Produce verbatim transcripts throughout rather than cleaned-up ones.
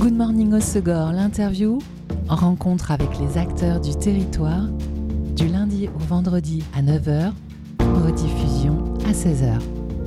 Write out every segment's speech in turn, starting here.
Good Morning Hossegor, l'interview, rencontre avec les acteurs du territoire, du lundi au vendredi à neuf heures, rediffusion à seize heures.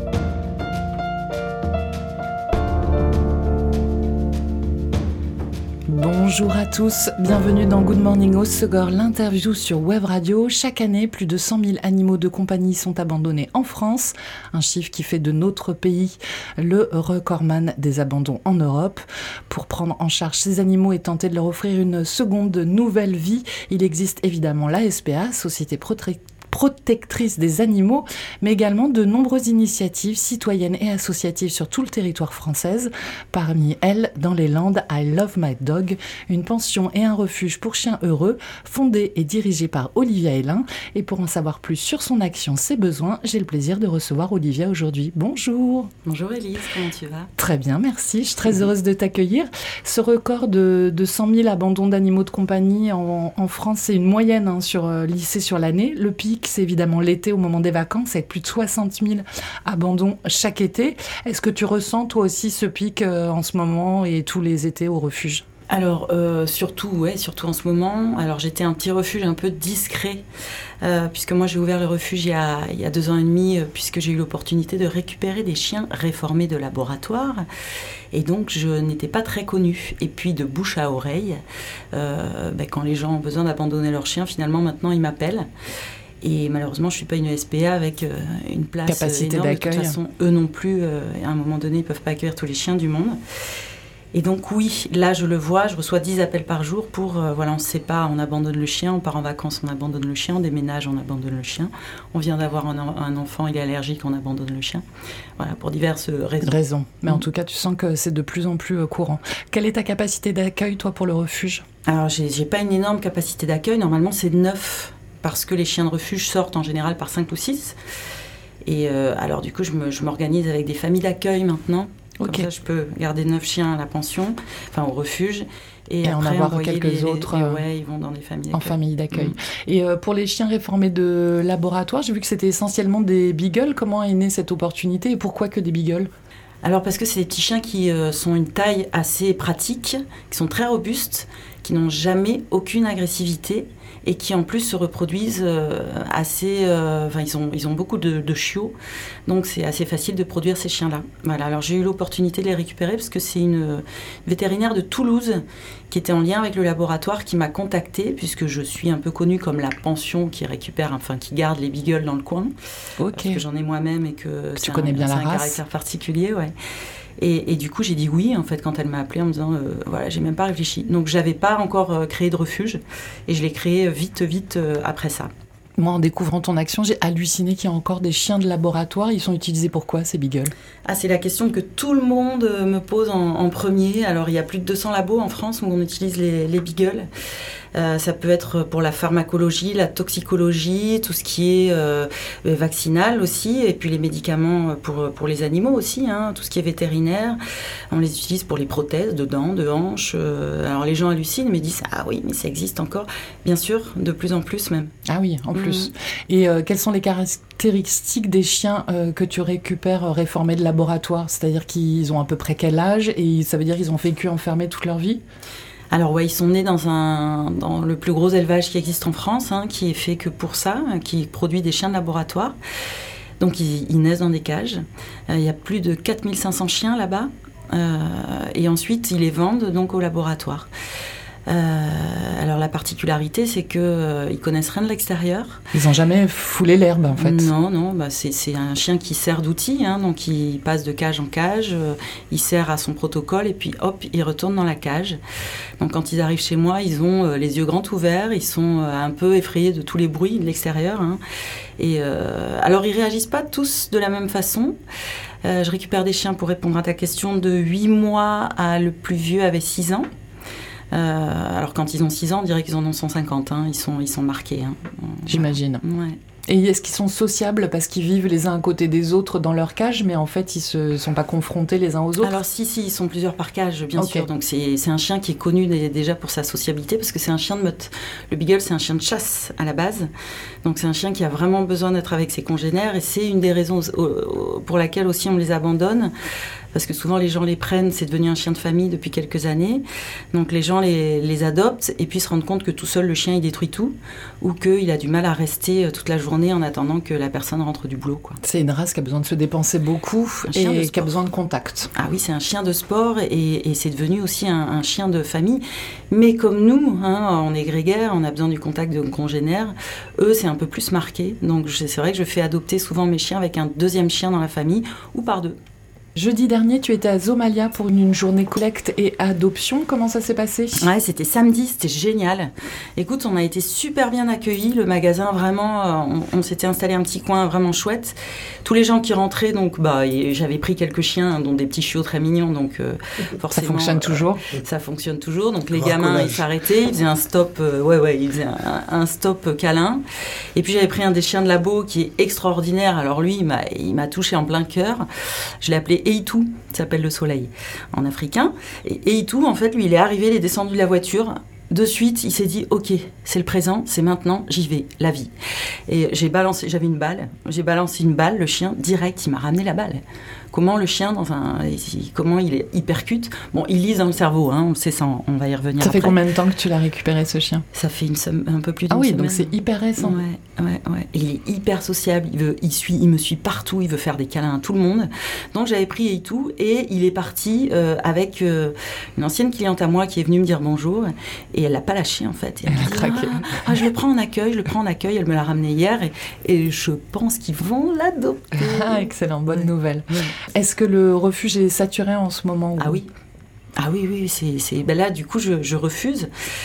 Bonjour à tous, bienvenue dans Good Morning Hossegor, l'interview sur Web Radio. Chaque année, plus de cent mille animaux de compagnie sont abandonnés en France, un chiffre qui fait de notre pays le recordman des abandons en Europe. Pour prendre en charge ces animaux et tenter de leur offrir une seconde nouvelle vie, il existe évidemment l'A S P A, Société Protectrice protectrice des animaux, mais également de nombreuses initiatives citoyennes et associatives sur tout le territoire français. Parmi elles, dans les Landes, I Love My Dog, une pension et un refuge pour chiens heureux, fondée et dirigée par Olivia Hélin. Et pour en savoir plus sur son action, ses besoins, j'ai le plaisir de recevoir Olivia aujourd'hui. Bonjour. Bonjour Élise, comment tu vas ? Très bien, merci. Je suis très heureuse de t'accueillir. Ce record de, de cent mille abandons d'animaux de compagnie en, en France, c'est une moyenne hein, sur euh, lycée sur l'année. Le pic, c'est évidemment l'été au moment des vacances, avec plus de soixante mille abandons chaque été. Est-ce que tu ressens toi aussi ce pic euh, en ce moment et tous les étés au refuge ? Alors, euh, surtout, ouais, surtout en ce moment. Alors, j'étais un petit refuge un peu discret, euh, puisque moi, j'ai ouvert le refuge il y a, il y a deux ans et demi, euh, puisque j'ai eu l'opportunité de récupérer des chiens réformés de laboratoire. Et donc, je n'étais pas très connue. Et puis, de bouche à oreille, euh, ben, quand les gens ont besoin d'abandonner leurs chiens, finalement, maintenant, ils m'appellent. Et malheureusement, je ne suis pas une A S P A avec euh, une place capacité énorme. d'accueil. De toute façon, eux non plus, euh, à un moment donné, ils ne peuvent pas accueillir tous les chiens du monde. Et donc oui, là je le vois, je reçois dix appels par jour pour, euh, voilà, on ne sait pas, on abandonne le chien, on part en vacances, on abandonne le chien, on déménage, on abandonne le chien. On vient d'avoir un, un enfant, il est allergique, on abandonne le chien. Voilà, pour diverses raisons. Raisons. Mais mmh. en tout cas, tu sens que c'est de plus en plus courant. Quelle est ta capacité d'accueil, toi, pour le refuge ? Alors, j'ai, j'ai pas une énorme capacité d'accueil, normalement c'est neuf, parce que les chiens de refuge sortent en général par cinq ou six. Et euh, alors du coup, je, me, je m'organise avec des familles d'accueil maintenant. Comme okay. ça, je peux garder neuf chiens à la pension, enfin au refuge. Et, et après, en avoir quelques les, autres les, les, ouais, ils vont dans des familles d'accueil. En famille d'accueil. Mmh. Et euh, pour les chiens réformés de laboratoire, j'ai vu que c'était essentiellement des beagles. Comment est née cette opportunité et pourquoi que des beagles ? Alors parce que c'est des petits chiens qui euh, sont une taille assez pratique, qui sont très robustes, qui n'ont jamais aucune agressivité et qui en plus se reproduisent euh, assez... Euh, enfin, ils ont, ils ont beaucoup de, de chiots, donc c'est assez facile de produire ces chiens-là. Voilà, alors j'ai eu l'opportunité de les récupérer parce que c'est une vétérinaire de Toulouse qui était en lien avec le laboratoire qui m'a contactée, puisque je suis un peu connue comme la pension qui récupère, enfin qui garde les beagles dans le coin. Ok. Parce que j'en ai moi-même et que, que tu connais un, bien c'est la un race. caractère particulier, ouais. Et, et du coup, j'ai dit oui, en fait, quand elle m'a appelée en me disant, euh, voilà, j'ai même pas réfléchi. Donc, j'avais pas encore euh, créé de refuge et je l'ai créé vite, vite euh, après ça. Moi, en découvrant ton action, j'ai halluciné qu'il y a encore des chiens de laboratoire. Ils sont utilisés pour quoi, ces beagles ? Ah, c'est la question que tout le monde me pose en, en premier. Alors, il y a plus de deux cents labos en France où on utilise les, les beagles. Euh, ça peut être pour la pharmacologie, la toxicologie, tout ce qui est euh, vaccinal aussi, et puis les médicaments pour, pour les animaux aussi, hein, tout ce qui est vétérinaire. On les utilise pour les prothèses de dents, de hanches. Euh, alors les gens hallucinent, mais disent « Ah oui, mais ça existe encore ». Bien sûr, de plus en plus même. Ah oui, en plus. Mmh. Et euh, quelles sont les caractéristiques des chiens euh, que tu récupères euh, réformés de laboratoire ? C'est-à-dire qu'ils ont à peu près quel âge et ça veut dire qu'ils ont vécu enfermés toute leur vie ? Alors ouais, ils sont nés dans, un, dans le plus gros élevage qui existe en France, hein, qui est fait que pour ça, qui produit des chiens de laboratoire. Donc ils, ils naissent dans des cages. Euh, il y a plus de quatre mille cinq cents chiens là-bas. Euh, et ensuite, ils les vendent donc au laboratoire. Euh, alors la particularité, c'est qu'ils euh, connaissent rien de l'extérieur. Ils n'ont jamais foulé l'herbe en fait. Non, non, bah c'est, c'est un chien qui sert d'outil, hein, donc il passe de cage en cage, euh, il sert à son protocole et puis hop, il retourne dans la cage. Donc quand ils arrivent chez moi, ils ont euh, les yeux grands ouverts, ils sont euh, un peu effrayés de tous les bruits de l'extérieur. Hein, et euh, alors ils réagissent pas tous de la même façon. Euh, je récupère des chiens, pour répondre à ta question, de huit mois à le plus vieux avait six ans. Euh, alors quand ils ont six ans, on dirait qu'ils en ont cent cinquante, hein. ils, sont, ils sont marqués. Hein. J'imagine. Ouais. Et est-ce qu'ils sont sociables parce qu'ils vivent les uns à côté des autres dans leur cage, mais en fait ils ne sont pas confrontés les uns aux autres ? Alors si, si, ils sont plusieurs par cage, bien okay. sûr. Donc c'est, c'est un chien qui est connu déjà pour sa sociabilité, parce que c'est un chien de meute. Le beagle, c'est un chien de chasse à la base. Donc c'est un chien qui a vraiment besoin d'être avec ses congénères, et c'est une des raisons pour laquelle aussi on les abandonne. parce que souvent les gens les prennent, c'est devenu un chien de famille depuis quelques années. Donc les gens les, les adoptent et puis se rendent compte que tout seul le chien il détruit tout ou qu'il a du mal à rester toute la journée en attendant que la personne rentre du boulot, quoi. C'est une race qui a besoin de se dépenser beaucoup et qui a besoin de contact. Ah oui, c'est un chien de sport et, et c'est devenu aussi un, un chien de famille. Mais comme nous, hein, on est grégaires, on a besoin du contact de congénères. Eux, c'est un peu plus marqué. Donc c'est vrai que je fais adopter souvent mes chiens avec un deuxième chien dans la famille ou par deux. Jeudi dernier, tu étais à Zomalia pour une journée collecte et adoption. Comment ça s'est passé ? Ouais, c'était samedi, c'était génial. Écoute, on a été super bien accueillis. Le magasin, vraiment, on, on s'était installé un petit coin vraiment chouette. Tous les gens qui rentraient, donc, bah, j'avais pris quelques chiens, dont des petits chiots très mignons, donc euh, forcément. Ça fonctionne toujours. Euh, ça fonctionne toujours. Donc les Grand gamins, collage. Ils s'arrêtaient, ils faisaient un stop, euh, ouais, ouais, ils faisaient un, un stop câlin. Et puis j'avais pris un des chiens de labo qui est extraordinaire. Alors lui, il m'a, il m'a touché en plein cœur. Je l'ai appelé Eitou, qui s'appelle le soleil en africain. Et Eitou, en fait, lui, il est arrivé, il est descendu de la voiture. De suite, il s'est dit, ok, c'est le présent, c'est maintenant, j'y vais, la vie. Et j'ai balancé, j'avais une balle, j'ai balancé une balle, le chien, direct, il m'a ramené la balle. Comment le chien, dans un, comment il est hypercute. Bon, il lise dans le cerveau, hein, on sait ça, on va y revenir. Ça après. fait combien de temps que tu l'as récupéré, ce chien ? Ça fait une sem- un peu plus d'une semaine. Ah oui, semaine. donc c'est hyper récent. Ouais, ouais, ouais. Et il est hyper sociable, il, veut, il, suit, il me suit partout, il veut faire des câlins à tout le monde. Donc j'avais pris Eitou et il est parti euh, avec euh, une ancienne cliente à moi qui est venue me dire bonjour et elle l'a pas lâché en fait. Et elle, elle a craqué. Ah, ah, je le prends en accueil, je le prends en accueil, elle me l'a ramené hier et, et je pense qu'ils vont l'adopter. Ah, excellent, bonne ouais. nouvelle. Ouais. Est-ce que le refuge est saturé en ce moment ? Ah oui, ah oui, oui, c'est, c'est... Ben là du coup je, je refuse.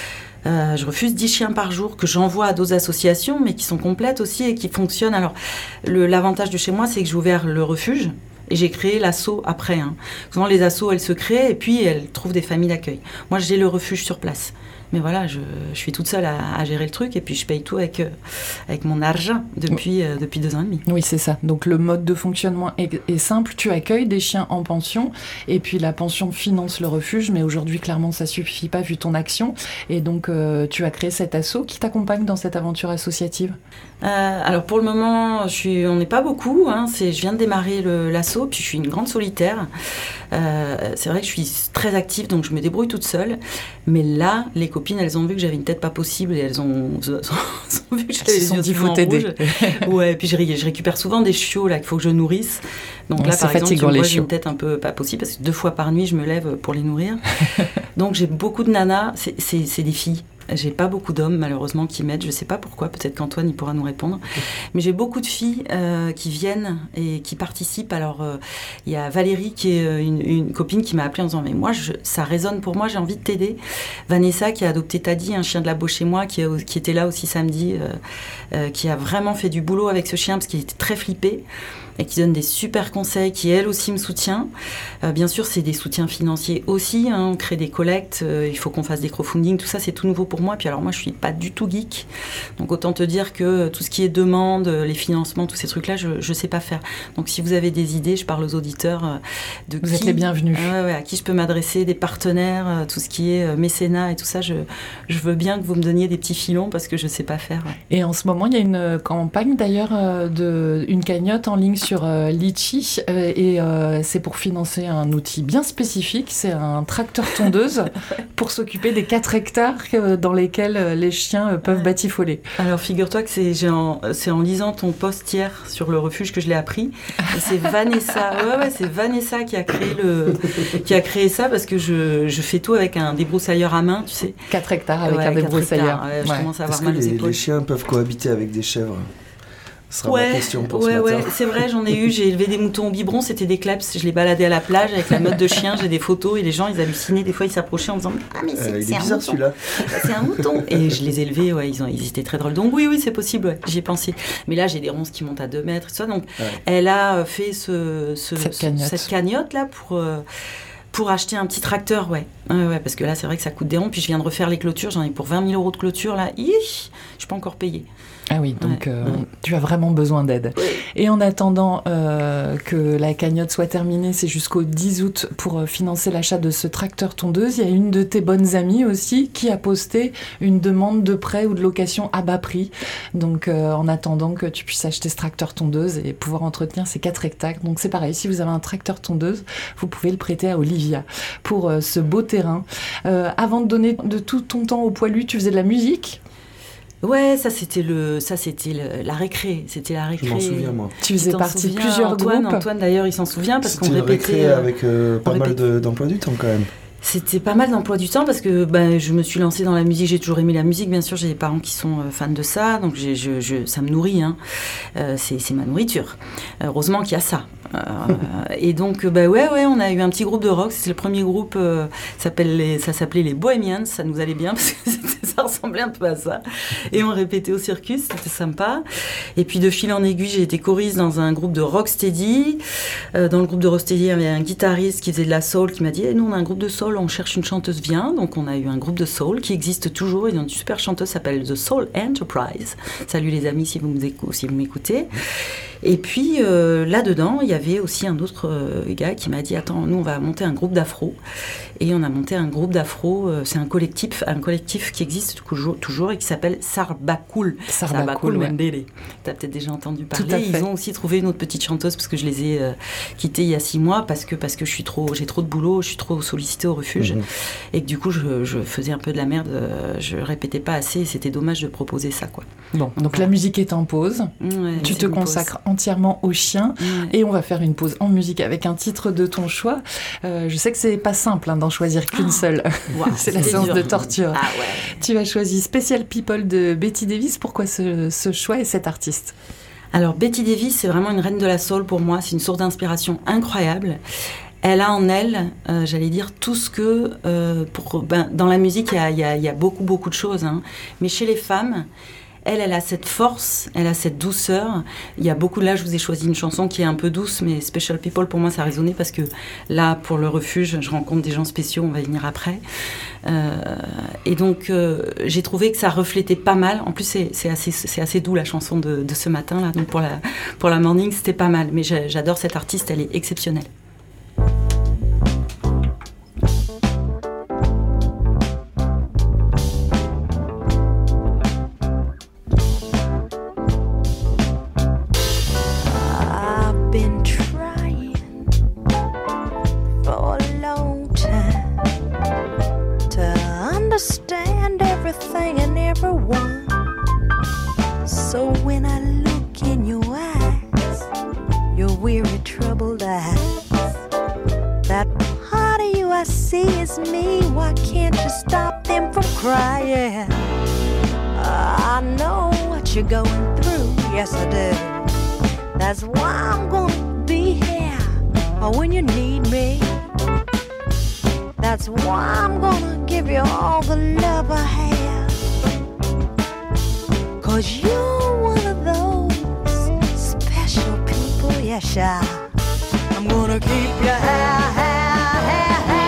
Euh, je refuse dix chiens par jour que j'envoie à d'autres associations, mais qui sont complètes aussi et qui fonctionnent. Alors, le, l'avantage de chez moi, c'est que j'ai ouvert le refuge et j'ai créé l'asso après. Hein. Souvent, les assos, elles se créent et puis elles trouvent des familles d'accueil. Moi, j'ai le refuge sur place. Mais voilà, je, je suis toute seule à, à gérer le truc et puis je paye tout avec, euh, avec mon argent depuis, euh, depuis deux ans et demi. Oui, c'est ça. Donc le mode de fonctionnement est, est simple. Tu accueilles des chiens en pension et puis la pension finance le refuge. Mais aujourd'hui, clairement, ça ne suffit pas vu ton action. Et donc, euh, tu as créé cet asso qui t'accompagne dans cette aventure associative. Euh, alors pour le moment, je suis, on n'est pas beaucoup. Hein, c'est, je viens de démarrer le, l'asso, puis je suis une grande solitaire. Euh, c'est vrai que je suis très active, donc je me débrouille toute seule. Mais là, les copines, elles ont vu que j'avais une tête pas possible et elles ont, elles ont vu que j'avais les yeux souvent rouges. Ouais, puis je, je récupère souvent des chiots là qu'il faut que je nourrisse. Donc ouais, là, par exemple, tu vois, j'ai une tête un peu pas possible parce que deux fois par nuit, je me lève pour les nourrir. Donc j'ai beaucoup de nanas, c'est, c'est, c'est des filles. J'ai pas beaucoup d'hommes, malheureusement, qui m'aident. Je sais pas pourquoi. Peut-être qu'Antoine, il pourra nous répondre. Mais j'ai beaucoup de filles euh, qui viennent et qui participent. Alors, il euh, y a Valérie, qui est une, une copine qui m'a appelée en disant « Mais moi, je, ça résonne pour moi, j'ai envie de t'aider. » Vanessa, qui a adopté Taddy, un chien de labo chez moi, qui, a, qui était là aussi samedi, euh, euh, qui a vraiment fait du boulot avec ce chien parce qu'il était très flippé. Et qui donne des super conseils, qui elle aussi me soutient. Euh, bien sûr, c'est des soutiens financiers aussi, hein, on crée des collectes, euh, il faut qu'on fasse des crowdfunding, tout ça c'est tout nouveau pour moi. Puis alors moi je suis pas du tout geek, donc autant te dire que tout ce qui est demande, les financements, tous ces trucs-là, je, je sais pas faire. Donc si vous avez des idées, je parle aux auditeurs euh, de vous qui, êtes les bienvenus. Euh, ouais, à qui je peux m'adresser, des partenaires, euh, tout ce qui est euh, mécénat et tout ça, je, je veux bien que vous me donniez des petits filons parce que je sais pas faire. Ouais. Et en ce moment, il y a une campagne d'ailleurs, euh, de, une cagnotte en ligne sur euh, Litchi euh, et euh, c'est pour financer un outil bien spécifique, c'est un tracteur tondeuse pour s'occuper des quatre hectares euh, dans lesquels euh, les chiens euh, peuvent ouais. batifoler. Alors figure-toi que c'est, j'ai en, c'est en lisant ton post hier sur le refuge que je l'ai appris. Et c'est Vanessa, ouais, ouais, c'est Vanessa qui a créé le, qui a créé ça parce que je, je fais tout avec un débroussailleur à main, tu sais. quatre hectares avec ouais, un débroussailleur. Ouais, je ouais. commence à avoir Est-ce mal que aux les, épaules. les chiens peuvent cohabiter avec des chèvres? Ce sera ouais, ma question pour ouais, ce matin. Ouais, c'est vrai, j'en ai eu, j'ai élevé des moutons au biberon, c'était des kleps, je les baladais à la plage avec la meute de chien, j'ai des photos et les gens ils hallucinaient, des fois ils s'approchaient en disant ah mais c'est, euh, c'est il est un bizarre mouton. Celui-là. C'est un mouton. Et je les élevais, ouais, ils, ont, ils étaient très drôles. Donc oui, oui, c'est possible, ouais, j'y ai pensé. Mais là j'ai des ronces qui montent à deux mètres, tout ça, donc ouais. Elle a fait ce, ce, cette, ce, cagnotte. cette cagnotte là pour... Euh, Pour acheter un petit tracteur, ouais. ouais. Ouais, parce que là, c'est vrai que ça coûte des ronds. Puis je viens de refaire les clôtures. J'en ai pour vingt mille euros de clôture, là. Hi, je suis pas encore payée. Ah oui, donc ouais, euh, ouais. tu as vraiment besoin d'aide. Oui. Et en attendant euh, que la cagnotte soit terminée, c'est jusqu'au dix août pour euh, financer l'achat de ce tracteur tondeuse. Il y a une de tes bonnes amies aussi qui a posté une demande de prêt ou de location à bas prix. Donc euh, en attendant que tu puisses acheter ce tracteur tondeuse et pouvoir entretenir ces quatre hectares. Donc c'est pareil, si vous avez un tracteur tondeuse, vous pouvez le prêter à Olivia pour euh, ce beau terrain. Euh, avant de donner de tout ton temps au poilu, tu faisais de la musique ? Ouais, ça c'était le, ça c'était le, la récré, c'était la récré. Je m'en souviens moi. Tu faisais partie de plusieurs Antoine, groupes. Antoine d'ailleurs, il s'en souvient parce C'était qu'on répétait. Récré avec euh, pas mal répétait. de, d'emplois du temps quand même. C'était pas mal d'emploi du temps parce que bah, je me suis lancée dans la musique, j'ai toujours aimé la musique, bien sûr, j'ai des parents qui sont euh, fans de ça, donc j'ai, je, je, ça me nourrit, hein. euh, c'est, c'est ma nourriture. Heureusement qu'il y a ça. Euh, et donc, bah ouais, ouais, on a eu un petit groupe de rock, c'était le premier groupe, euh, ça, s'appelle les, ça s'appelait les Bohemians, ça nous allait bien parce que ça ressemblait un peu à ça. Et on répétait au circus, c'était sympa. Et puis de fil en aiguille, j'ai été choriste dans un groupe de rocksteady. Euh, dans le groupe de rocksteady, il y avait un guitariste qui faisait de la soul qui m'a dit hey, nous on a un groupe de soul, on cherche une chanteuse, viens. Donc on a eu un groupe de soul qui existe toujours. Ils ont une super chanteuse qui s'appelle The Soul Enterprise. Salut les amis si vous, m'écoutez, si vous m'écoutez. Et puis euh, là-dedans, il y avait aussi un autre euh, gars qui m'a dit attends, nous on va monter un groupe d'afro. Et on a monté un groupe d'afro, euh, c'est un collectif, un collectif qui existe toujours, toujours et qui s'appelle Sarbacul. Sarbacul, ouais. Wendele. Tu as peut-être déjà entendu parler. Tout à fait. Ils ont aussi trouvé une autre petite chanteuse parce que je les ai euh, quittés il y a six mois parce que, parce que je suis trop, j'ai trop de boulot, je suis trop sollicitée au refuge. Mmh. Et que du coup, je, je faisais un peu de la merde, euh, je répétais pas assez et c'était dommage de proposer ça, quoi. Bon, donc voilà. La musique est en pause. Ouais, tu te consacres pause. entièrement aux chiens ouais. et on va faire une pause en musique avec un titre de ton choix. Euh, je sais que c'est pas simple hein, d'en choisir qu'une oh. seule. Wow, c'est la séance de torture. Ah ouais. Tu as choisi Special People de Betty Davis. Pourquoi ce, ce choix et cet artiste ? Alors Betty Davis, c'est vraiment une reine de la soul pour moi. C'est une source d'inspiration incroyable. Elle a en elle, euh, j'allais dire, tout ce que... Euh, pour, ben, dans la musique, il y a, y a, y a beaucoup, beaucoup de choses. Hein. Mais chez les femmes... Elle, elle a cette force, elle a cette douceur. Il y a beaucoup, là, je vous ai choisi une chanson qui est un peu douce, mais Special People, pour moi, ça a résonné parce que là, pour le refuge, je rencontre des gens spéciaux, on va y venir après. Euh, et donc, euh, j'ai trouvé que ça reflétait pas mal. En plus, c'est, c'est, assez, c'est assez doux, la chanson de, de ce matin, là. Donc, pour la, pour la morning, c'était pas mal. Mais j'adore cette artiste, elle est exceptionnelle. You're going through, yes I do. That's why I'm gonna be here when you need me. That's why I'm gonna give you all the love I have. Cause you're one of those special people, yes I. I'm gonna keep you high, high, high, high.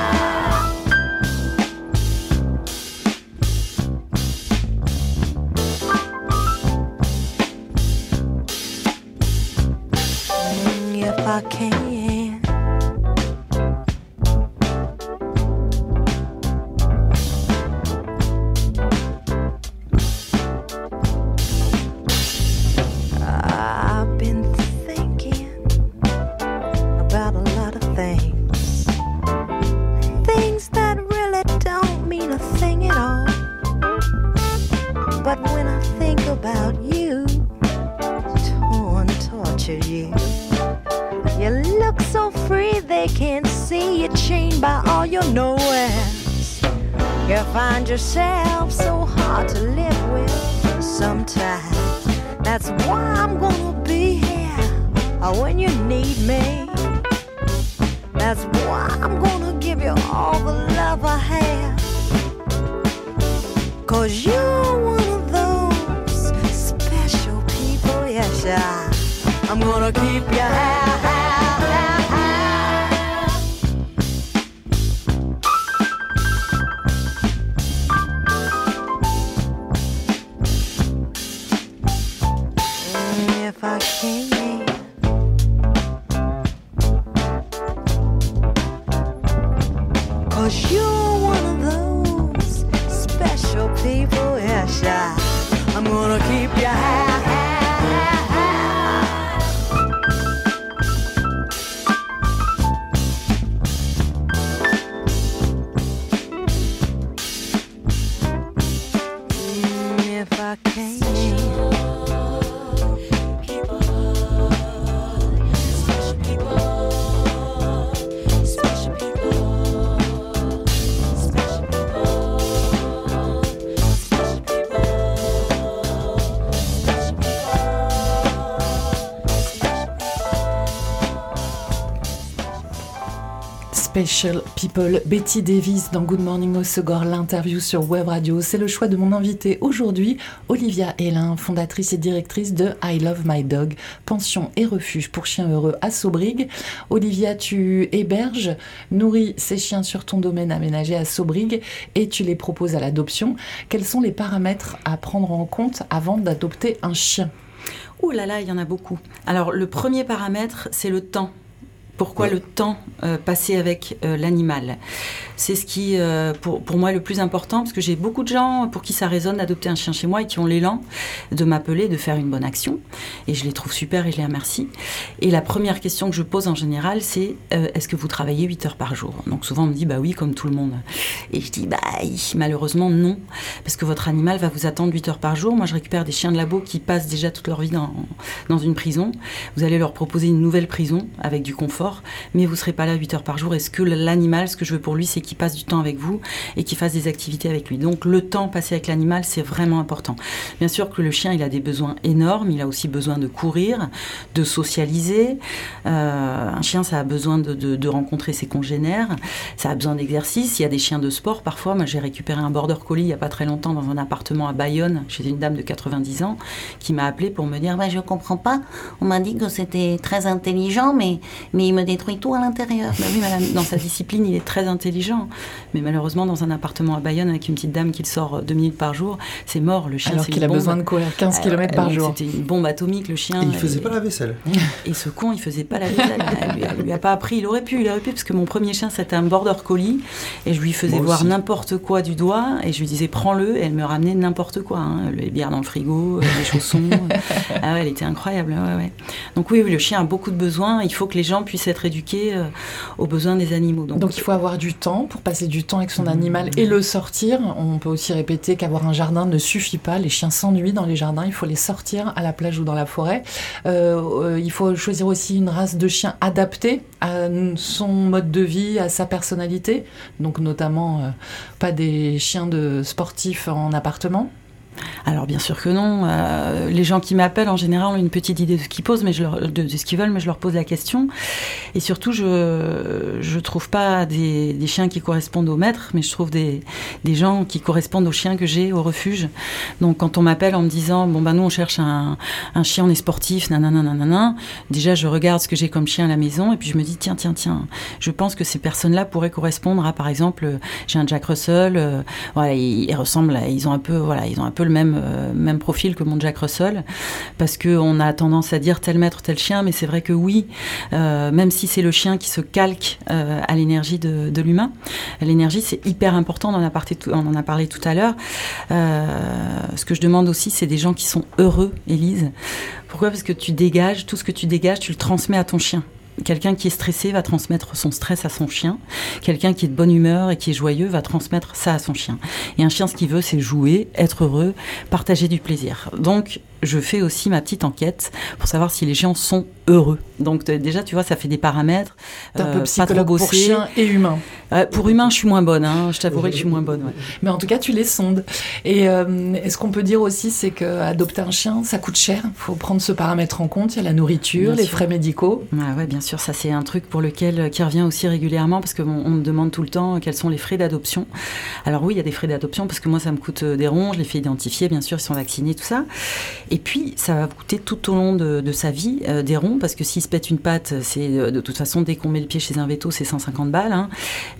If I can. I've been thinking about a lot of things, things that really don't mean a thing at all. But when I think about you, torn, tortured you. You look so free, they can't see you chained by all your nowheres. You find yourself so hard to live with sometimes. That's why I'm gonna be here when you need me. That's why I'm gonna give you all the love I have. Cause you're one of those special people, yes I. I'm gonna keep you high, high. 'cause you're one of those special people, yes, I, I'm gonna keep you high. If I can. Special People, Betty Davis dans Good Morning Hossegor, l'interview sur Web Radio. C'est le choix de mon invité aujourd'hui, Olivia Hélin, fondatrice et directrice de I Love My Dog, pension et refuge pour chiens heureux à Saubrigues. Olivia, tu héberges, nourris ces chiens sur ton domaine aménagé à Saubrigues et tu les proposes à l'adoption. Quels sont les paramètres à prendre en compte avant d'adopter un chien ? Oh là là, il y en a beaucoup. Alors, le premier paramètre, c'est le temps. Pourquoi le temps euh, passé avec euh, l'animal ? C'est ce qui, euh, pour, pour moi, est le plus important, parce que j'ai beaucoup de gens pour qui ça résonne d'adopter un chien chez moi et qui ont l'élan de m'appeler, de faire une bonne action. Et je les trouve super et je les remercie. Et la première question que je pose en général, c'est euh, est-ce que vous travaillez huit heures par jour ? Donc souvent, on me dit bah oui, comme tout le monde. Et je dis bah malheureusement non, parce que votre animal va vous attendre huit heures par jour. Moi, je récupère des chiens de labo qui passent déjà toute leur vie dans, dans une prison. Vous allez leur proposer une nouvelle prison avec du confort, mais vous ne serez pas là huit heures par jour. Est-ce que l'animal, ce que je veux pour lui, c'est qu'il passe du temps avec vous et qu'il fasse des activités avec lui. Donc le temps passé avec l'animal, c'est vraiment important. Bien sûr que le chien, il a des besoins énormes. Il a aussi besoin de courir, de socialiser. Euh, un chien, ça a besoin de, de, de rencontrer ses congénères. Ça a besoin d'exercice. Il y a des chiens de sport. Parfois, moi, j'ai récupéré un border collie il n'y a pas très longtemps dans un appartement à Bayonne, chez une dame de quatre-vingt-dix ans, qui m'a appelé pour me dire bah, « Je ne comprends pas. On m'a dit que c'était très intelligent, mais, mais il me détruit tout à l'intérieur. » Bah oui, madame, dans sa discipline, il est très intelligent. Mais malheureusement, dans un appartement à Bayonne, avec une petite dame qui le sort deux minutes par jour, c'est mort. Le chien, alors c'est qu'il a bombe. besoin de courir quinze kilomètres par euh, jour. C'était une bombe atomique, le chien. Et il ne faisait et, pas la vaisselle. Et ce con, il faisait pas la vaisselle. Elle lui, elle lui a pas appris. Il aurait pu, il aurait pu, parce que mon premier chien, c'était un border collie. Et je lui faisais Moi voir aussi. n'importe quoi du doigt. Et je lui disais, prends-le. Et elle me ramenait n'importe quoi. Hein. Les bières dans le frigo, les chaussons. Ah ouais, elle était incroyable. Ouais, ouais. Donc oui, oui, le chien a beaucoup de besoins. Il faut que les gens puissent être éduqués euh, aux besoins des animaux. Donc, Donc il faut avoir du temps pour passer du temps avec son animal et le sortir. On peut aussi répéter qu'avoir un jardin ne suffit pas. Les chiens s'ennuient dans les jardins. Il faut les sortir à la plage ou dans la forêt. Euh, euh, il faut choisir aussi une race de chien adaptée à son mode de vie, à sa personnalité. Donc notamment euh, pas des chiens de sportifs en appartement. Alors bien sûr que non. Euh, les gens qui m'appellent en général ont une petite idée de ce qu'ils posent, mais je leur, de, de ce qu'ils veulent, mais je leur pose la question. Et surtout, je je trouve pas des, des chiens qui correspondent aux maîtres, mais je trouve des des gens qui correspondent aux chiens que j'ai au refuge. Donc quand on m'appelle en me disant bon ben nous on cherche un un chien, on est sportif, nanana nanana. Déjà je regarde ce que j'ai comme chien à la maison et puis je me dis tiens tiens tiens. Je pense que ces personnes-là pourraient correspondre à par exemple j'ai un Jack Russell. Euh, voilà ils, ils ressemblent, à, ils ont un peu voilà ils ont un peu le même, euh, même profil que mon Jack Russell, parce qu'on a tendance à dire tel maître, tel chien, mais c'est vrai que oui, euh, même si c'est le chien qui se calque euh, à l'énergie de, de l'humain, l'énergie c'est hyper important, on en a parlé tout, on en a parlé tout à l'heure. Euh, ce que je demande aussi, c'est des gens qui sont heureux, Élise. Pourquoi ? Parce que tu dégages, tout ce que tu dégages, tu le transmets à ton chien. Quelqu'un qui est stressé va transmettre son stress à son chien. Quelqu'un qui est de bonne humeur et qui est joyeux va transmettre ça à son chien. Et un chien, ce qu'il veut, c'est jouer, être heureux, partager du plaisir. Donc, je fais aussi ma petite enquête pour savoir si les gens sont heureux. Donc, déjà, tu vois, ça fait des paramètres. T'es un euh, peu psychologue pour chien et humain. Euh, pour humain, je suis moins bonne. Hein. Je t'avouerai que je suis moins bonne. Ouais. Mais en tout cas, tu les sondes. Et euh, est-ce qu'on peut dire aussi, c'est qu'adopter un chien, ça coûte cher. Il faut prendre ce paramètre en compte. Il y a la nourriture, bien les sûr. Frais médicaux. Ah ouais, bien sûr. Ça, c'est un truc pour lequel qui revient aussi régulièrement parce qu'on on me demande tout le temps quels sont les frais d'adoption. Alors oui, il y a des frais d'adoption parce que moi, ça me coûte des ronds. Je les fais identifier, bien sûr, ils sont vaccinés, tout ça. Et puis, ça va coûter tout au long de, de sa vie euh, des ronds parce que s'il se pète une patte, c'est de toute façon, dès qu'on met le pied chez un véto, c'est cent cinquante balles. Hein.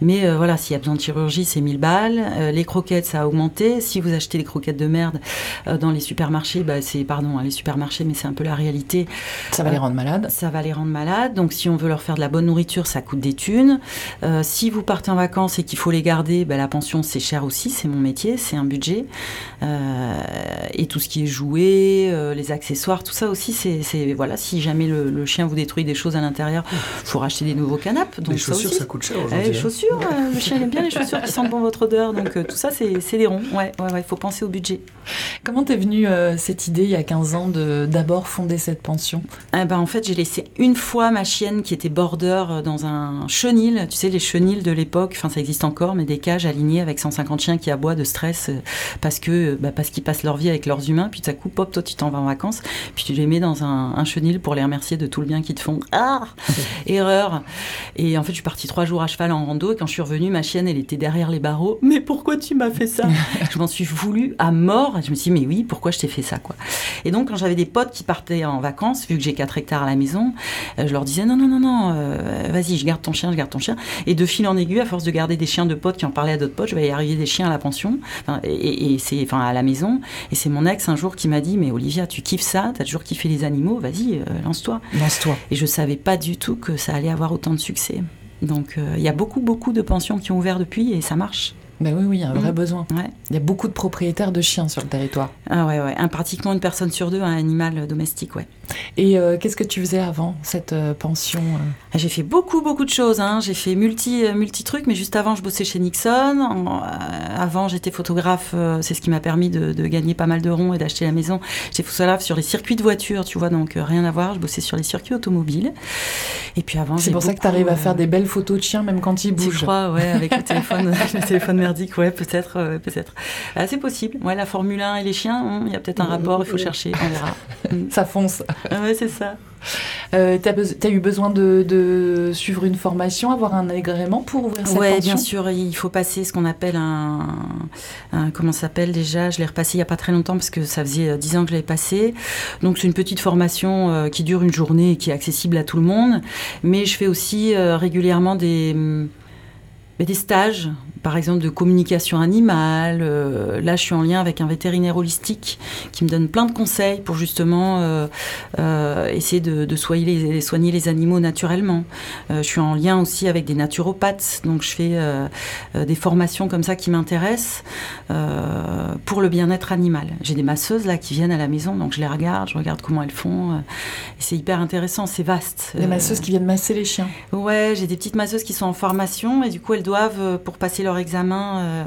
Mais euh, voilà, s'il y a besoin de chirurgie, c'est mille balles. Euh, les croquettes, ça a augmenté. Si vous achetez des croquettes de merde euh, dans les supermarchés, bah, c'est, pardon, hein, les supermarchés, mais c'est un peu la réalité. Ça va euh, les rendre malades. Ça va les rendre malades. Donc, si on veut leur faire de la bonne nourriture, ça coûte des thunes. Euh, si vous partez en vacances et qu'il faut les garder, bah, la pension, c'est cher aussi. C'est mon métier, c'est un budget. Euh, et tout ce qui est jouets, euh, les accessoires, tout ça aussi, c'est, c'est voilà, si jamais le, le chien vous détruit des choses à l'intérieur, il faut racheter des nouveaux canapes. Donc les chaussures, ça, aussi. ça coûte cher aujourd'hui. Eh, les chaussures, euh, le chien aime bien les chaussures qui sentent bon votre odeur. Donc euh, tout ça, c'est, c'est des ronds. Ouais, ouais, ouais, faut penser au budget. Comment t'es venue euh, cette idée, il y a quinze ans, de d'abord fonder cette pension ? Eh ben, en fait, j'ai laissé une fois ma chienne qui était border dans un chenil. Tu sais, les chenils de l'époque, enfin ça existe encore, mais des cages alignées avec cent cinquante chiens qui aboient de stress euh, parce, que, bah, parce qu'ils passent leur vie avec leurs humains. Puis tout à coup, pop, toi tu t'en vas en vacances. Puis tu les mets dans un, un chenil pour les remercier de tout le bien qu'ils te font. Ah, erreur. Et en fait, je suis partie trois jours à cheval en rando. Et quand je suis revenue, ma chienne, elle était derrière les barreaux. Mais pourquoi tu m'as fait ça ? Je m'en suis voulu à mort. Je me suis dit, mais oui, pourquoi je t'ai fait ça, quoi. Et donc, quand j'avais des potes qui partaient en vacances, vu que j'ai quatre hectares à la maison, euh, je leur disais, non, non, non, non, euh, vas-y, je garde ton chien, je garde ton chien. Et de fil en aiguille, à force de garder des chiens de potes qui en parlaient à d'autres potes, je vais y arriver des chiens à la pension, enfin, et, et c'est, enfin, à la maison. Et c'est mon ex un jour qui m'a dit, mais Olivia, tu kiffes ça, t'as toujours kiffé les animaux, vas-y, euh, lance-toi. Lance-toi. Et je savais pas du tout que ça allait avoir autant de succès. Donc, il euh, y a beaucoup, beaucoup de pensions qui ont ouvert depuis et ça marche. Ben oui, oui, il y a un vrai mmh. besoin. Ouais. Il y a beaucoup de propriétaires de chiens sur le territoire. Ah ouais, ouais. Un, pratiquement une personne sur deux a un animal domestique, ouais. Et euh, qu'est-ce que tu faisais avant cette euh, pension euh... J'ai fait beaucoup, beaucoup de choses. Hein. J'ai fait multi, euh, multi trucs, mais juste avant, je bossais chez Nixon. En, euh, avant, j'étais photographe. Euh, c'est ce qui m'a permis de, de gagner pas mal de ronds et d'acheter la maison. J'étais photographe sur les circuits de voitures, tu vois, donc euh, rien à voir. Je bossais sur les circuits automobiles. Et puis avant, c'est j'ai pour beaucoup, ça que tu arrives euh... à faire des belles photos de chiens, même quand ils bougent. Tu crois, ouais, avec le téléphone, le téléphone merdique, ouais, peut-être, euh, peut-être. Ah, c'est possible. Ouais, la Formule un et les chiens, il hum, y a peut-être un rapport. Il faut chercher, on verra. Ça fonce. Ah ouais, c'est ça. Euh, t'as, be- t'as eu besoin de, de suivre une formation, avoir un agrément pour ouvrir cette ouais, pension ? Bien sûr, il faut passer ce qu'on appelle un, un comment ça s'appelle déjà, je l'ai repassé il n'y a pas très longtemps parce que ça faisait dix ans que je l'avais passé. Donc c'est une petite formation euh, qui dure une journée et qui est accessible à tout le monde. Mais je fais aussi euh, régulièrement des, des stages, par exemple de communication animale. Euh, là, je suis en lien avec un vétérinaire holistique qui me donne plein de conseils pour justement euh, euh, essayer de, de soigner, les, soigner les animaux naturellement. Euh, je suis en lien aussi avec des naturopathes, donc je fais euh, euh, des formations comme ça qui m'intéressent euh, pour le bien-être animal. J'ai des masseuses là qui viennent à la maison, donc je les regarde, je regarde comment elles font. Euh, et c'est hyper intéressant, c'est vaste. Des masseuses euh, qui viennent masser les chiens ? Ouais, j'ai des petites masseuses qui sont en formation et du coup elles doivent, pour passer leur examen, euh,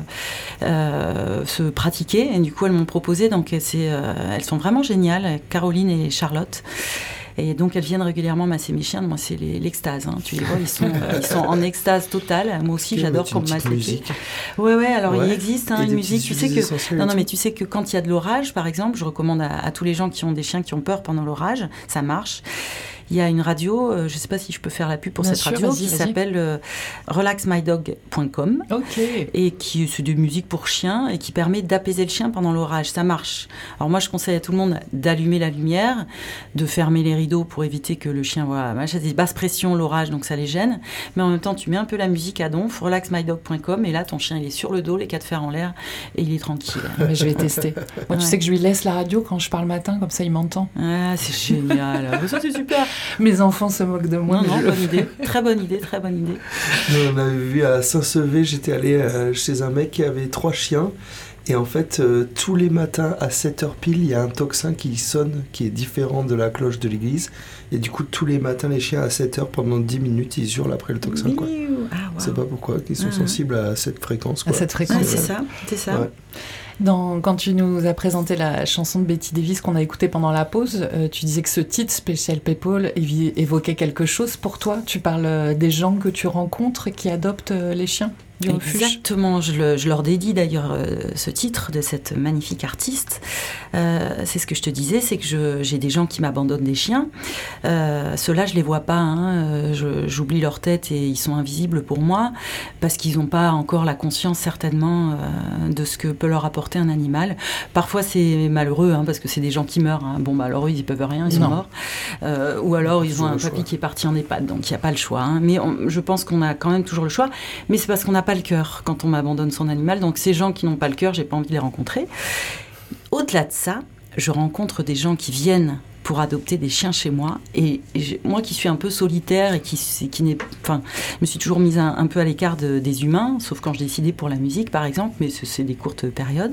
euh, se pratiquer. Et du coup, elles m'ont proposé. Donc, c'est, euh, elles sont vraiment géniales, Caroline et Charlotte. Et donc, elles viennent régulièrement masser mes chiens. Moi, c'est les, l'extase. Hein. Tu les vois, ils sont, euh, ils sont en extase totale. Moi aussi, j'adore qu'on me masse les pieds. Ouais, ouais. Alors, ouais. Il existe hein, une musique. Tu sais que non, non, mais tu sais que quand il y a de l'orage, par exemple, je recommande à, à tous les gens qui ont des chiens qui ont peur pendant l'orage, ça marche. Il y a une radio, euh, je ne sais pas si je peux faire la pub pour Bien cette sûr, radio, vas-y, qui vas-y. s'appelle euh, relax my dog point com okay. et qui c'est de musique pour chiens et qui permet d'apaiser le chien pendant l'orage. Ça marche. Alors moi, je conseille à tout le monde d'allumer la lumière, de fermer les rideaux pour éviter que le chien voit. Voilà, c'est des basses pressions, l'orage, donc ça les gêne. Mais en même temps, tu mets un peu la musique à donf, relax my dog point com et là, ton chien il est sur le dos, les quatre fers en l'air et il est tranquille. Mais je vais tester. Moi, ouais. Tu sais que je lui laisse la radio quand je parle le matin, comme ça il m'entend. Ah, c'est génial. Ça, c'est super. Mes enfants se moquent de moi. Non, non, bonne idée. Très bonne idée, très bonne idée. Nous, on avait vu à Saint-Sevé, j'étais allé euh, chez un mec qui avait trois chiens. Et en fait, euh, tous les matins à sept heures pile, il y a un tocsin qui sonne, qui est différent de la cloche de l'église. Et du coup, tous les matins, les chiens à sept heures, pendant dix minutes, ils hurlent après le tocsin. Quoi. Ah, wow. Je ne sais pas pourquoi, ils sont ah, sensibles à cette fréquence. Quoi. À cette fréquence. Ouais, c'est ça, c'est ça. Ouais. Dans, quand tu nous as présenté la chanson de Betty Davis qu'on a écoutée pendant la pause, euh, tu disais que ce titre, Special People, évi- évoquait quelque chose pour toi. Tu parles des gens que tu rencontres qui adoptent les chiens du refuge. Exactement, je, le, je leur dédie d'ailleurs euh, ce titre de cette magnifique artiste. Euh, c'est ce que je te disais, c'est que je, j'ai des gens qui m'abandonnent des chiens. Euh, ceux-là, je les vois pas. Hein, je, j'oublie leur tête et ils sont invisibles pour moi parce qu'ils n'ont pas encore la conscience certainement euh, de ce que peut leur apporter transporter un animal. Parfois c'est malheureux hein, parce que c'est des gens qui meurent. Hein. Bon bah alors eux ils peuvent rien, ils sont non. morts. Euh, ou alors ils ont un papy qui est parti en EHPAD, donc il n'y a pas le choix. Hein. Mais on, je pense qu'on a quand même toujours le choix. Mais c'est parce qu'on n'a pas le cœur quand on m'abandonne son animal. Donc ces gens qui n'ont pas le cœur, j'ai pas envie de les rencontrer. Au-delà de ça, je rencontre des gens qui viennent pour adopter des chiens chez moi. Et, et moi qui suis un peu solitaire et qui, qui n'est, enfin, je me suis toujours mise un, un peu à l'écart de, des humains, sauf quand je décidais pour la musique, par exemple, mais c'est, c'est des courtes périodes.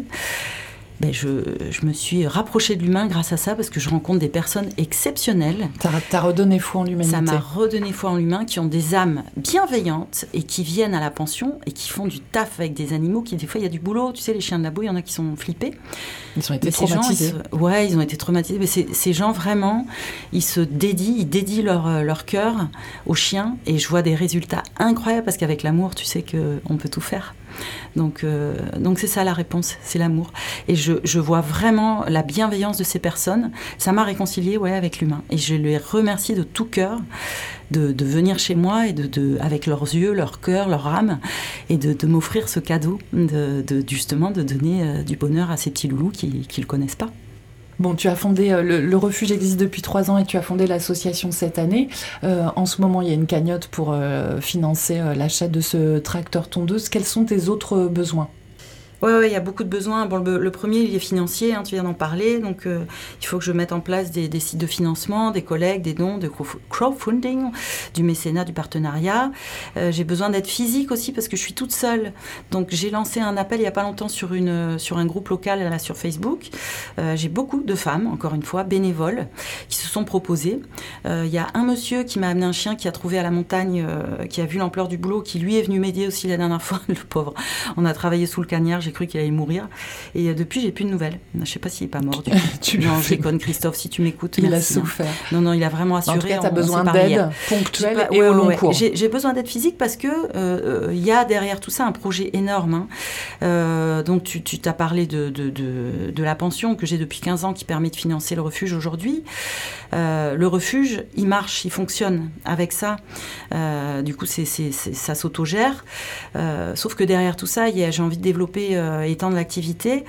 Ben je, je me suis rapprochée de l'humain grâce à ça, parce que je rencontre des personnes exceptionnelles. T'as, t'as redonné foi en l'humanité. Ça m'a redonné foi en l'humain, qui ont des âmes bienveillantes et qui viennent à la pension et qui font du taf avec des animaux qui, des fois, il y a du boulot. Tu sais, les chiens de labo, il y en a qui sont flippés. Ils ont été mais traumatisés. Gens, ils se, ouais, ils ont été traumatisés. Mais c'est, ces gens, vraiment, ils se dédient, ils dédient leur, leur cœur aux chiens. Et je vois des résultats incroyables, parce qu'avec l'amour, tu sais qu'on peut tout faire. Donc, euh, donc c'est ça la réponse, c'est l'amour. Et je, je vois vraiment la bienveillance de ces personnes. Ça m'a réconciliée ouais, avec l'humain. Et je les remercie de tout cœur de, de venir chez moi, et de, de, avec leurs yeux, leur cœur, leur âme, et de, de m'offrir ce cadeau, de, de, justement de donner euh, du bonheur à ces petits loulous qui ne le connaissent pas. Bon, tu as fondé, euh, le, le refuge existe depuis trois ans et tu as fondé l'association cette année. Euh, en ce moment, il y a une cagnotte pour euh, financer euh, l'achat de ce tracteur tondeuse. Quels sont tes autres besoins ? Oui, ouais, il y a beaucoup de besoins. Bon, le, le premier, il est financier, hein, tu viens d'en parler. Donc, euh, il faut que je mette en place des, des sites de financement, des collègues, des dons, de crowdfunding, du mécénat, du partenariat. Euh, j'ai besoin d'être physique aussi, parce que je suis toute seule. Donc, j'ai lancé un appel il n'y a pas longtemps sur, une, sur un groupe local là, sur Facebook. Euh, j'ai beaucoup de femmes, encore une fois, bénévoles, qui se sont proposées. Euh, il y a un monsieur qui m'a amené un chien qui a trouvé à la montagne, euh, qui a vu l'ampleur du boulot, qui lui est venu m'aider aussi la dernière fois, le pauvre. On a travaillé sous le cagnard, j'ai cru qu'il allait mourir. Et euh, depuis, j'ai plus de nouvelles. Je ne sais pas s'il n'est pas mort. Du coup. tu non, je déconne, Christophe, si tu m'écoutes. Il merci, a souffert. Hein. Non, non, il a vraiment assuré. En tout cas, tu as besoin d'aide ponctuelle pas, et ouais, au long ouais, cours. J'ai, j'ai besoin d'aide physique parce qu'il euh, euh, y a derrière tout ça un projet énorme. Hein. Euh, donc, tu, tu t'as parlé de, de, de, de la pension que j'ai depuis quinze ans qui permet de financer le refuge aujourd'hui. Euh, le refuge, il marche, il fonctionne avec ça. Euh, du coup, c'est, c'est, c'est, ça s'autogère. Euh, sauf que derrière tout ça, y a, j'ai envie de développer euh, et étendre l'activité.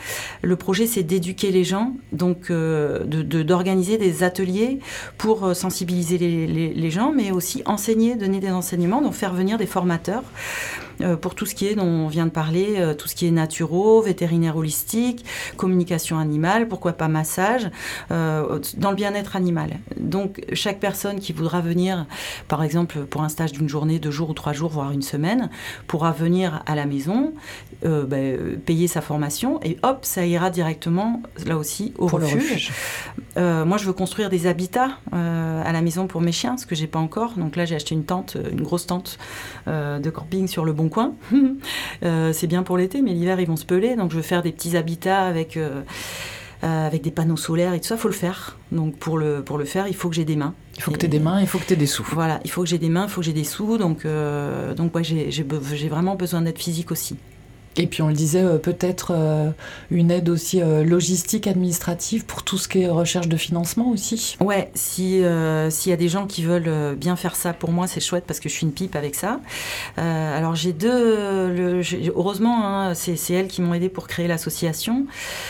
Le projet, c'est d'éduquer les gens, donc euh, de, de, d'organiser des ateliers pour euh, sensibiliser les, les, les gens, mais aussi enseigner, donner des enseignements, donc faire venir des formateurs. Euh, pour tout ce qui est, dont on vient de parler, euh, tout ce qui est naturo, vétérinaire holistique, communication animale, pourquoi pas massage, euh, dans le bien-être animal. Donc, chaque personne qui voudra venir, par exemple, pour un stage d'une journée, deux jours ou trois jours, voire une semaine, pourra venir à la maison, euh, bah, payer sa formation, et hop, ça ira directement, là aussi, au pour refuge. Le refuge. Euh, moi, je veux construire des habitats euh, à la maison pour mes chiens, ce que j'ai pas encore. Donc là, j'ai acheté une tente, une grosse tente euh, de camping sur le Bon Coin. euh, c'est bien pour l'été, mais l'hiver, ils vont se peler. Donc, je veux faire des petits habitats avec, euh, euh, avec des panneaux solaires et tout ça. Il faut le faire. Donc, pour le, pour le faire, il faut que j'ai des mains. Il faut que tu aies des mains, il faut que tu aies des sous. Voilà, il faut que j'ai des mains, il faut que j'ai des sous. Donc, euh, donc ouais, j'ai, j'ai, j'ai vraiment besoin d'aide physique aussi. Et puis on le disait, euh, peut-être euh, une aide aussi euh, logistique, administrative pour tout ce qui est recherche de financement aussi. Ouais, si, euh, s'il y a des gens qui veulent bien faire ça pour moi, c'est chouette parce que je suis une pipe avec ça. Euh, alors j'ai deux, le, j'ai, heureusement, hein, c'est, c'est elles qui m'ont aidée pour créer l'association.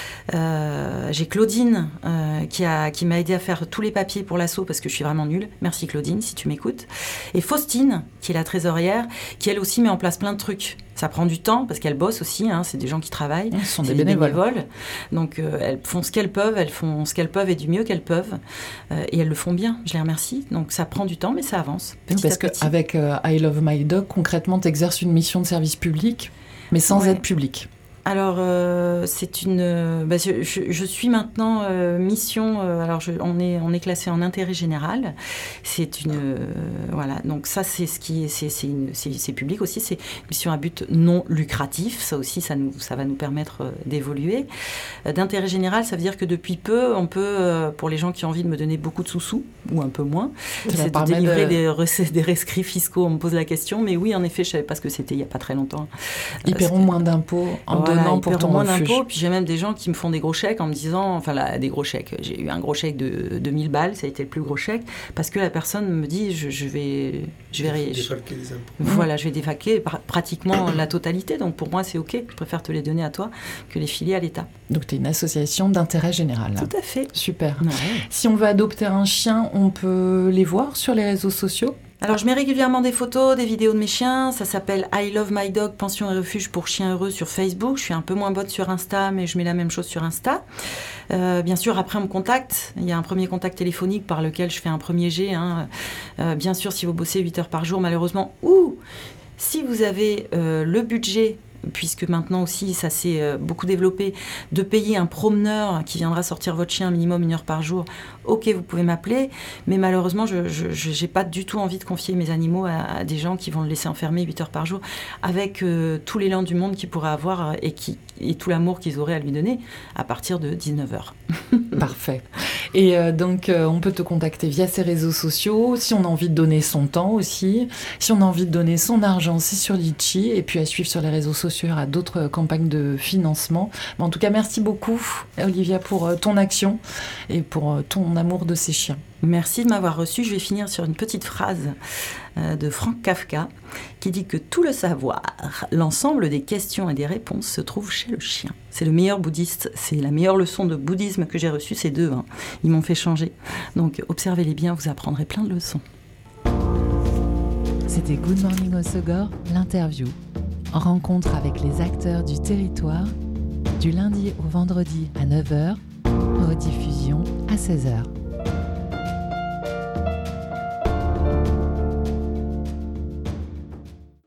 Euh, j'ai Claudine euh, qui, a, qui m'a aidée à faire tous les papiers pour l'asso parce que je suis vraiment nulle. Merci Claudine si tu m'écoutes. Et Faustine qui est la trésorière, qui elle aussi met en place plein de trucs. Ça prend du temps parce qu'elles bossent aussi, hein, c'est des gens qui travaillent. Ce sont des, des bénévoles. bénévoles. Donc euh, elles font ce qu'elles peuvent, elles font ce qu'elles peuvent et du mieux qu'elles peuvent. Euh, et elles le font bien, je les remercie. Donc ça prend du temps mais ça avance. Petit parce à petit. qu'avec euh, I Love My Dog, concrètement, tu exerces une mission de service public, mais sans ouais. aide publique. Alors, euh, c'est une. Euh, bah, je, je, je suis maintenant euh, mission. Euh, alors, je, on est on est classé en intérêt général. C'est une euh, voilà. Donc ça, c'est ce qui est c'est c'est, une, c'est c'est public aussi. C'est une mission à but non lucratif. Ça aussi, ça nous ça va nous permettre euh, d'évoluer. Euh, d'intérêt général, ça veut dire que depuis peu, on peut euh, pour les gens qui ont envie de me donner beaucoup de sous-sous ou un peu moins, c'est de délivrer de... des recettes, des rescrits fiscaux. On me pose la question, mais oui, en effet, je savais pas ce que c'était il y a pas très longtemps. Ils euh, paieront moins d'impôts en ouais. donnant voilà, pour ils ton moins refuge. d'impôts. Puis j'ai même des gens qui me font des gros chèques en me disant, enfin là, des gros chèques. J'ai eu un gros chèque de, de mille balles, ça a été le plus gros chèque, parce que la personne me dit, je, je vais, je vais, ré- Défalquer les impôts. voilà, je vais défalquer pr- pratiquement la totalité. Donc pour moi, c'est ok. Je préfère te les donner à toi que les filer à l'État. Donc tu es une association d'intérêt général. Là. Tout à fait. Super. Ouais. Si on veut adopter un chien, on peut les voir sur les réseaux sociaux? Alors, je mets régulièrement des photos, des vidéos de mes chiens. Ça s'appelle I Love My Dog, pension et refuge pour chiens heureux sur Facebook. Je suis un peu moins bonne sur Insta, mais je mets la même chose sur Insta. Euh, bien sûr, après, on me contacte. Il y a un premier contact téléphonique par lequel je fais un premier jet. Hein. Euh, bien sûr, si vous bossez huit heures par jour, malheureusement, ou si vous avez euh, le budget, puisque maintenant aussi ça s'est euh, beaucoup développé, de payer un promeneur qui viendra sortir votre chien minimum une heure par jour, ok, vous pouvez m'appeler, mais malheureusement je n'ai pas du tout envie de confier mes animaux à, à des gens qui vont le laisser enfermer huit heures par jour, avec euh, tout l'élan du monde qu'ils pourraient avoir euh, et, qui, et tout l'amour qu'ils auraient à lui donner à partir de dix-neuf heures. Parfait. Et euh, donc, euh, on peut te contacter via ces réseaux sociaux. Si on a envie de donner son temps aussi, si on a envie de donner son argent, c'est sur Litchi. Et puis à suivre sur les réseaux sociaux, il y aura d'autres campagnes de financement. Mais en tout cas, merci beaucoup, Olivia, pour euh, ton action et pour euh, ton amour de ces chiens. Merci de m'avoir reçu. Je vais finir sur une petite phrase euh, de Frank Kafka qui dit que tout le savoir, l'ensemble des questions et des réponses se trouve chez le chien. C'est le meilleur bouddhiste, c'est la meilleure leçon de bouddhisme que j'ai reçue, ces deux. Hein. Ils m'ont fait changer. Donc observez-les bien, vous apprendrez plein de leçons. C'était Good Morning Hossegor, l'interview. En rencontre avec les acteurs du territoire, du lundi au vendredi à neuf heures, rediffusion à seize heures.